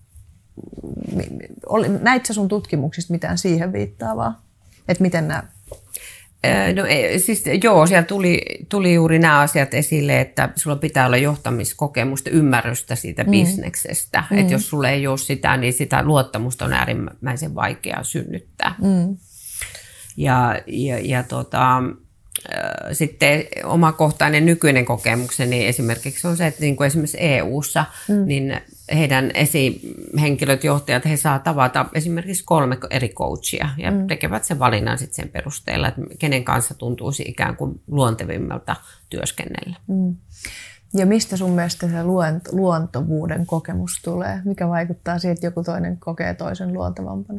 Näit sä sun tutkimuksista mitään siihen viittaavaa? Että miten nämä... No siis joo, siellä tuli juuri nämä asiat esille, että sulla pitää olla johtamiskokemusta, ymmärrystä siitä bisneksestä. Että jos sulla ei ole sitä, niin sitä luottamusta on äärimmäisen vaikea synnyttää. Sitten omakohtainen nykyinen kokemukseni esimerkiksi on se, että niin kuin esimerkiksi EU:ssa, niin heidän esihenkilöt, johtajat, he saa tavata esimerkiksi 3 eri coachia ja tekevät sen valinnan sitten sen perusteella, että kenen kanssa tuntuisi ikään kuin luontevimmalta työskennellä. Ja mistä sun mielestä se luontovuuden kokemus tulee? Mikä vaikuttaa siihen, että joku toinen kokee toisen luontevampana?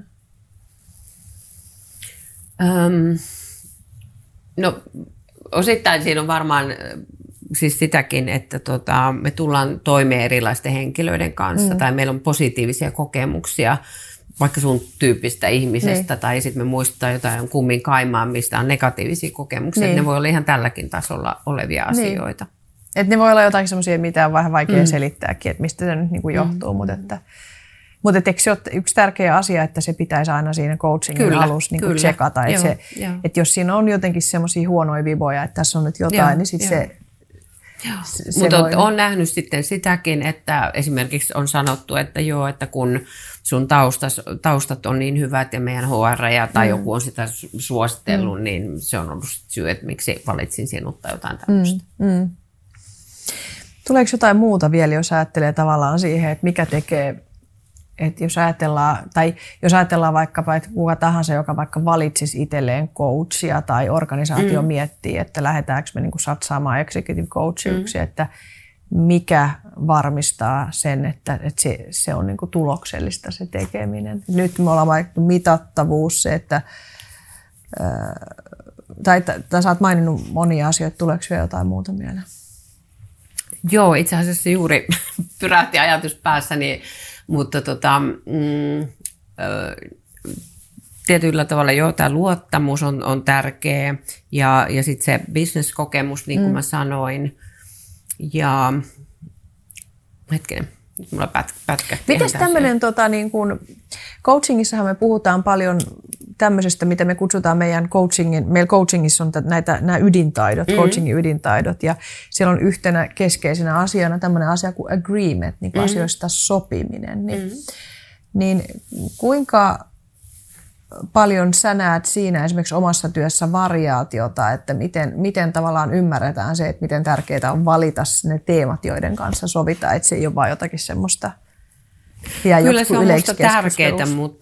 No osittain siinä on varmaan siis sitäkin, että me tullaan toimeen erilaisten henkilöiden kanssa tai meillä on positiivisia kokemuksia vaikka sun tyyppistä ihmisestä tai sitten me muistetaan jotain kummin kaimaan, mistä on negatiivisia kokemuksia. Ne voi olla ihan tälläkin tasolla olevia asioita. Että ne voi olla jotain semmoisia, mitä on vähän vaikea selittääkin, että mistä se nyt niin kuin johtuu, mutta eikö se ole yksi tärkeä asia, että se pitäisi aina siinä coachingin alussa niin kuin tsekata, että jos siinä on jotenkin semmoisia huonoja viboja, että tässä on nyt jotain, niin sitten se mutta olen nähnyt sitten sitäkin, että esimerkiksi on sanottu, että joo, että kun sun taustat on niin hyvät ja meidän HR tai joku on sitä suositellut, niin se on ollut syy, että miksi valitsin sinut tai jotain tämmöistä. Tuleeko jotain muuta vielä, jos ajattelee tavallaan siihen, että mikä tekee, että jos ajatellaan vaikkapa, että kuka tahansa, joka vaikka valitsisi itselleen coachia tai organisaatio miettii, että lähdetäänkö me niinku satsaamaan executive coachiksi, että mikä varmistaa sen, että se on niinku tuloksellista se tekeminen. Nyt me ollaan vaikka mitattavuus, se, että tai sä oot maininnut monia asioita, tuleeko vielä jotain muuta mieleen? Joo, itse asiassa juuri pyrähti ajatus päässäni, mutta tietyllä tavalla joo, tämä luottamus on tärkeä ja sitten se business-kokemus, niin kuin mä sanoin. Ja hetkinen, nyt mulla pätkähti. Mites tämmöinen, niin kun, coachingissahan me puhutaan paljon tämmöisestä, mitä me kutsutaan meillä coachingissa on nämä ydintaidot, coachingin ydintaidot, ja siellä on yhtenä keskeisenä asiana tämmöinen asia kuin agreement, niin kuin asioista sopiminen. Niin kuinka paljon sä näet siinä esimerkiksi omassa työssä variaatiota, että miten tavallaan ymmärretään se, että miten tärkeää on valita ne teemat, joiden kanssa sovitaan, että se ei ole vain jotakin semmoista. Kyllä se on minusta tärkeää,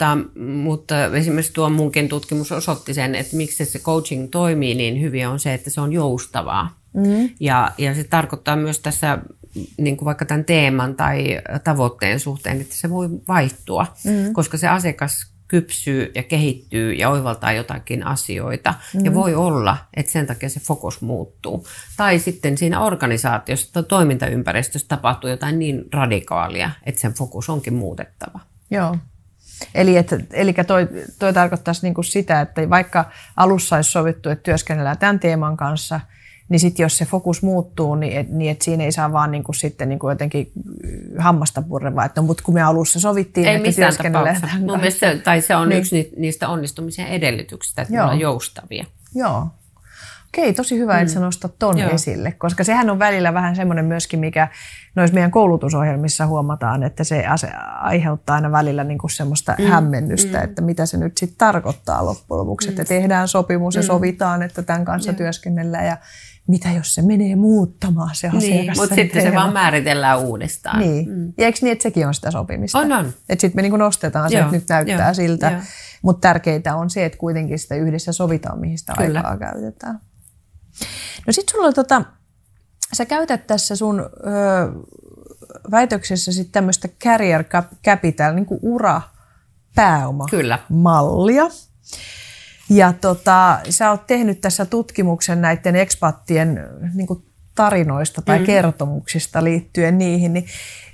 mutta esimerkiksi tuo munkin tutkimus osoitti sen, että miksi se coaching toimii niin hyvin on se, että se on joustavaa. Ja se tarkoittaa myös tässä niin kuin vaikka tämän teeman tai tavoitteen suhteen, että se voi vaihtua, koska se asiakas kypsyy ja kehittyy ja oivaltaa jotakin asioita. Ja voi olla, että sen takia se fokus muuttuu. Tai sitten siinä organisaatiossa tai toimintaympäristössä tapahtuu jotain niin radikaalia, että sen fokus onkin muutettava. Joo. Eli toi tarkoittaisi niinku sitä, että vaikka alussa olisi sovittu, että työskennellään tämän teeman kanssa, niin sitten jos se fokus muuttuu, niin et siinä ei saa vaan sitten jotenkin hammasta purrevaa, että mutta kun me alussa sovittiin, ei että työskennellään tämän kanssa. Tai se on yksi niistä onnistumisen edellytyksistä, että me ollaan joustavia. Joo. Okei, tosi hyvä, että sä nostat ton esille, koska sehän on välillä vähän semmoinen myöskin, mikä noissa meidän koulutusohjelmissa huomataan, että se aiheuttaa aina välillä niinku semmoista hämmennystä, että mitä se nyt sitten tarkoittaa loppujen lopuksi, että tehdään sopimus ja sovitaan, että tämän kanssa työskennellään ja mitä jos se menee muuttamaan se asiakas. Niin, mutta sitten se vaan määritellään uudestaan. Niin. Ja eikö niin, että sekin on sitä sopimista? On. Että sitten me niinku nostetaan se, että nyt näyttää siltä, mutta tärkeintä on se, että kuitenkin sitä yhdessä sovitaan, mihin sitä aikaa käytetään. No sit sulla sä käytät tässä sun väitöksessä sit tämmöistä career capital, niin kuin urapääoma-mallia. Ja sä oot tehnyt tässä tutkimuksen näiden ekspattien niin kuin tarinoista tai kertomuksista liittyen niihin. Niin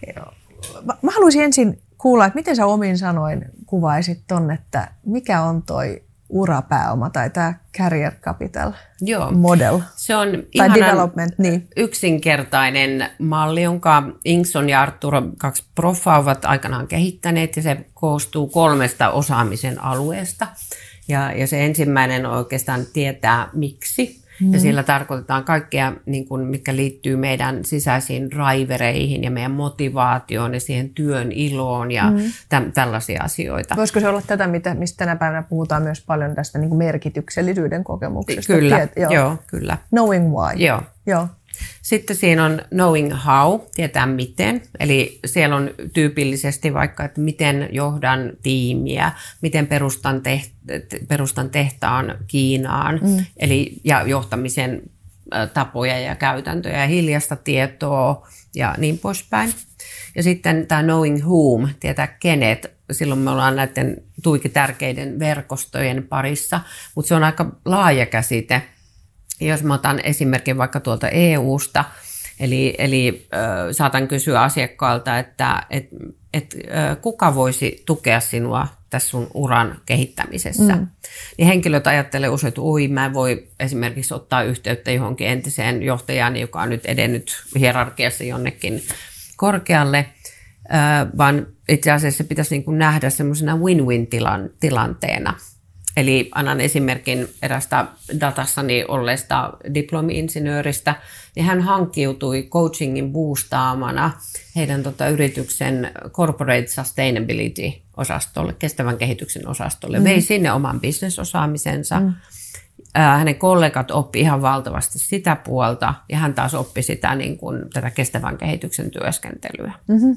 mä haluaisin ensin kuulla, että miten sä omin sanoin kuvaisit ton, että mikä on toi urapääoma tai tämä career capital model. Se on tai ihanan development, niin. yksinkertainen malli, jonka Ingson ja Arturo, 2 proffaa, ovat aikanaan kehittäneet, ja se koostuu 3 osaamisen alueesta. Ja se ensimmäinen on oikeastaan tietää miksi. Ja sillä tarkoitetaan kaikkea, niin kuin, mikä liittyy meidän sisäisiin drivereihin ja meidän motivaatioon ja siihen työn iloon ja tällaisia asioita. Voisiko se olla tätä, mistä tänä päivänä puhutaan myös paljon tästä niin kuin merkityksellisyyden kokemuksesta? Kyllä, joo, kyllä. Knowing why. Joo. Sitten siinä on knowing how, tietää miten. Eli siellä on tyypillisesti vaikka, että miten johdan tiimiä, miten perustan tehtaan Kiinaan, ja johtamisen tapoja ja käytäntöjä ja hiljaista tietoa ja niin poispäin. Ja sitten tämä knowing whom, tietää kenet. Silloin me ollaan näiden tuikin tärkeiden verkostojen parissa, mutta se on aika laaja käsite. Jos mä otan esimerkin vaikka tuolta EUsta, eli saatan kysyä asiakkaalta, että kuka voisi tukea sinua tässä sun uran kehittämisessä. Niin henkilöt ajattelee usein, että mä en voi esimerkiksi ottaa yhteyttä johonkin entiseen johtajaan, joka on nyt edennyt hierarkiassa jonnekin korkealle, vaan itse asiassa se pitäisi niin kuin nähdä semmoisena win-win-tilanteena. Eli annan esimerkin erästä datassani olleesta diplomi-insinööristä, niin hän hankkiutui coachingin boostaamana heidän yrityksen corporate sustainability-osastolle, kestävän kehityksen osastolle. Vei sinne oman bisnesosaamisensa. Hänen kollegat oppi ihan valtavasti sitä puolta ja hän taas oppi sitä niin kuin, tätä kestävän kehityksen työskentelyä.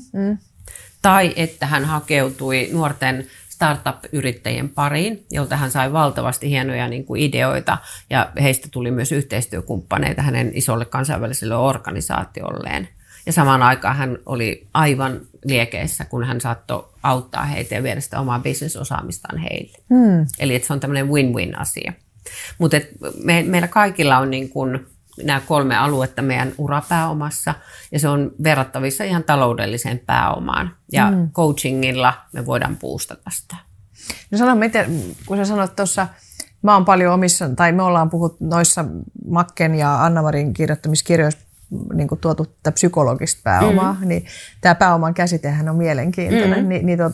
Tai että hän hakeutui nuorten startup-yrittäjien pariin, jolta hän sai valtavasti hienoja niin kuin ideoita ja heistä tuli myös yhteistyökumppaneita hänen isolle kansainväliselle organisaatiolleen. Ja samaan aikaan hän oli aivan liekeissä, kun hän saattoi auttaa heitä ja viedä sitä omaa bisnesosaamistaan heille. Eli että se on tämmöinen win-win-asia. Mutta meillä kaikilla on niin kuin nämä 3 aluetta meidän urapääomassa, ja se on verrattavissa ihan taloudelliseen pääomaan. Ja coachingilla me voidaan boostata sitä. No sano, miten, kun sä sanoit tuossa, mä oon paljon me ollaan puhuttu noissa Macken ja Anna-Marin kirjoittamissa kirjoissa niin kuin tuotu tätä psykologista pääomaa, niin tämä pääoman käsitehän on mielenkiintoinen.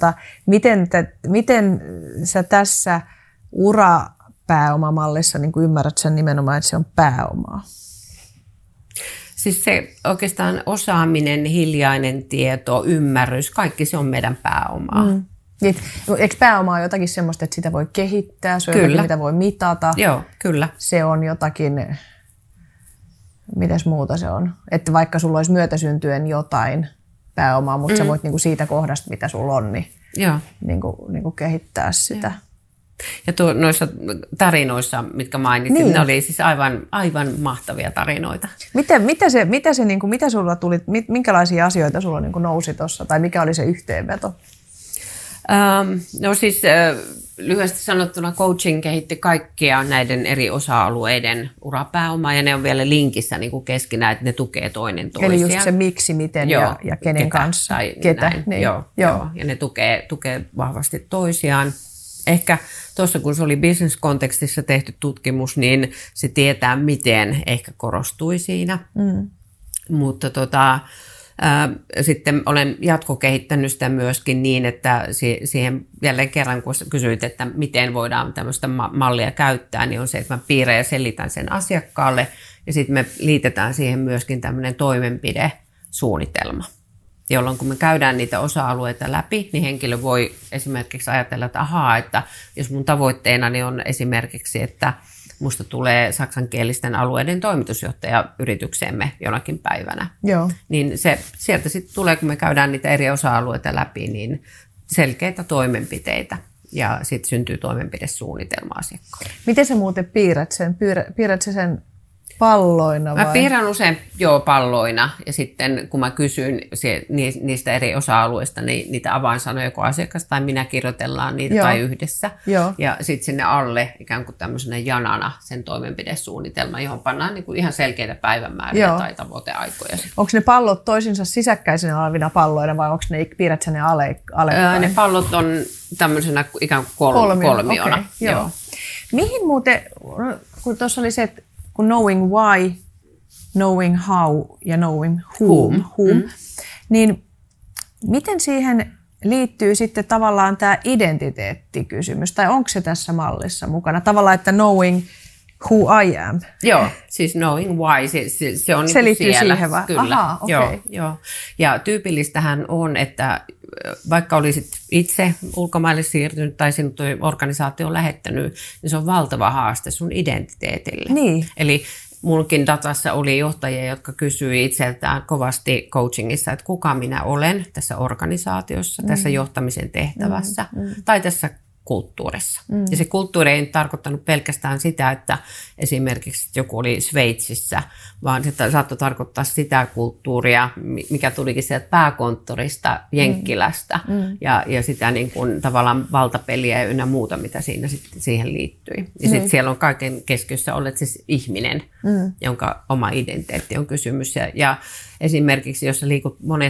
Miten sä tässä urapääomamallissa niin kuin ymmärrät sen nimenomaan, että se on pääomaa? Siis se oikeastaan osaaminen, hiljainen tieto, ymmärrys, kaikki se on meidän pääomaa. Eikö pääoma ole jotakin sellaista, että sitä voi kehittää, se on jotakin, mitä voi mitata? Joo, kyllä. Se on jotakin, mitäs muuta se on? Että vaikka sulla olisi myötäsyntyen jotain pääomaa, mutta sä voit niinku siitä kohdasta, mitä sulla on, niin niinku kehittää sitä. Joo. Ja noissa tarinoissa, mitkä mainitsin, ne oli siis aivan mahtavia tarinoita. Mitä sulla tuli, minkälaisia asioita sulla niin kuin nousi tuossa, tai mikä oli se yhteenveto? No siis lyhyesti sanottuna coaching kehitti kaikkia näiden eri osa-alueiden urapääomaa, ja ne on vielä linkissä niin kuin keskenään, että ne tukee toinen toisiaan. Eli just se miksi, miten ja kenen kanssa. Tai ketä. Niin. Joo, ja ne tukee vahvasti toisiaan. Ehkä tuossa, kun se oli business-kontekstissa tehty tutkimus, niin se tietää, miten ehkä korostui siinä. Mutta sitten olen jatkokehittänyt sitä myöskin niin, että siihen jälleen kerran, kun kysyit, että miten voidaan tämmöistä mallia käyttää, niin on se, että mä piirrän ja selitän sen asiakkaalle, ja sitten me liitetään siihen myöskin tämmöinen toimenpidesuunnitelma, jolloin kun me käydään niitä osa-alueita läpi, niin henkilö voi esimerkiksi ajatella, että että jos mun tavoitteenani on esimerkiksi, että musta tulee saksankielisten alueiden toimitusjohtaja yritykseemme jonakin päivänä. Joo. Niin se sieltä sitten tulee, kun me käydään niitä eri osa-alueita läpi, niin selkeitä toimenpiteitä. Ja sitten syntyy toimenpidesuunnitelma asiakkaalle. Miten sä muuten piirrät sen? Piirrät sä sen palloina vai? Mä piirrän usein palloina ja sitten kun mä kysyn niistä eri osa-alueista, niin niitä avainsanoja joko asiakas tai minä kirjoitellaan niitä tai yhdessä. Joo. Ja sitten sinne alle ikään kuin tämmöisenä janana sen toimenpidesuunnitelma, johon pannaan niin kuin ihan selkeitä päivämääriä tai tavoiteaikoja. Onko ne pallot toisinsa sisäkkäisenä olevina palloina vai onko ne piirrät sä ne alaspäin? Ne pallot on tämmöisenä ikään kuin kolmiona. Okay, joo. Mihin muuten, kun tuossa oli se, että kun knowing why, knowing how ja knowing whom, niin miten siihen liittyy sitten tavallaan tämä identiteettikysymys, tai onko se tässä mallissa mukana? Tavallaan, että knowing who I am. Joo, siis knowing why, se on se niin liittyy siellä. siihen vai? Kyllä. Aha, okay. Joo. Ja tyypillistähän on, että vaikka olisit itse ulkomaille siirtynyt tai sinut organisaatio on lähettänyt, niin se on valtava haaste sun identiteetille. Niin. Eli munkin datassa oli johtajia, jotka kysyi itseltään kovasti coachingissa, että kuka minä olen tässä organisaatiossa, tässä johtamisen tehtävässä tai tässä kulttuurissa. Ja se kulttuuri ei tarkoittanut pelkästään sitä, että esimerkiksi joku oli Sveitsissä, vaan se saattoi tarkoittaa sitä kulttuuria, mikä tulikin sieltä pääkonttorista, Jenkkilästä, ja sitä niin kuin tavallaan valtapeliä ynnä muuta, mitä siinä sitten siihen liittyi. Ja sitten siellä on kaiken keskiössä olleet siis ihminen, jonka oma identiteetti on kysymys. Ja esimerkiksi, jos sä liikut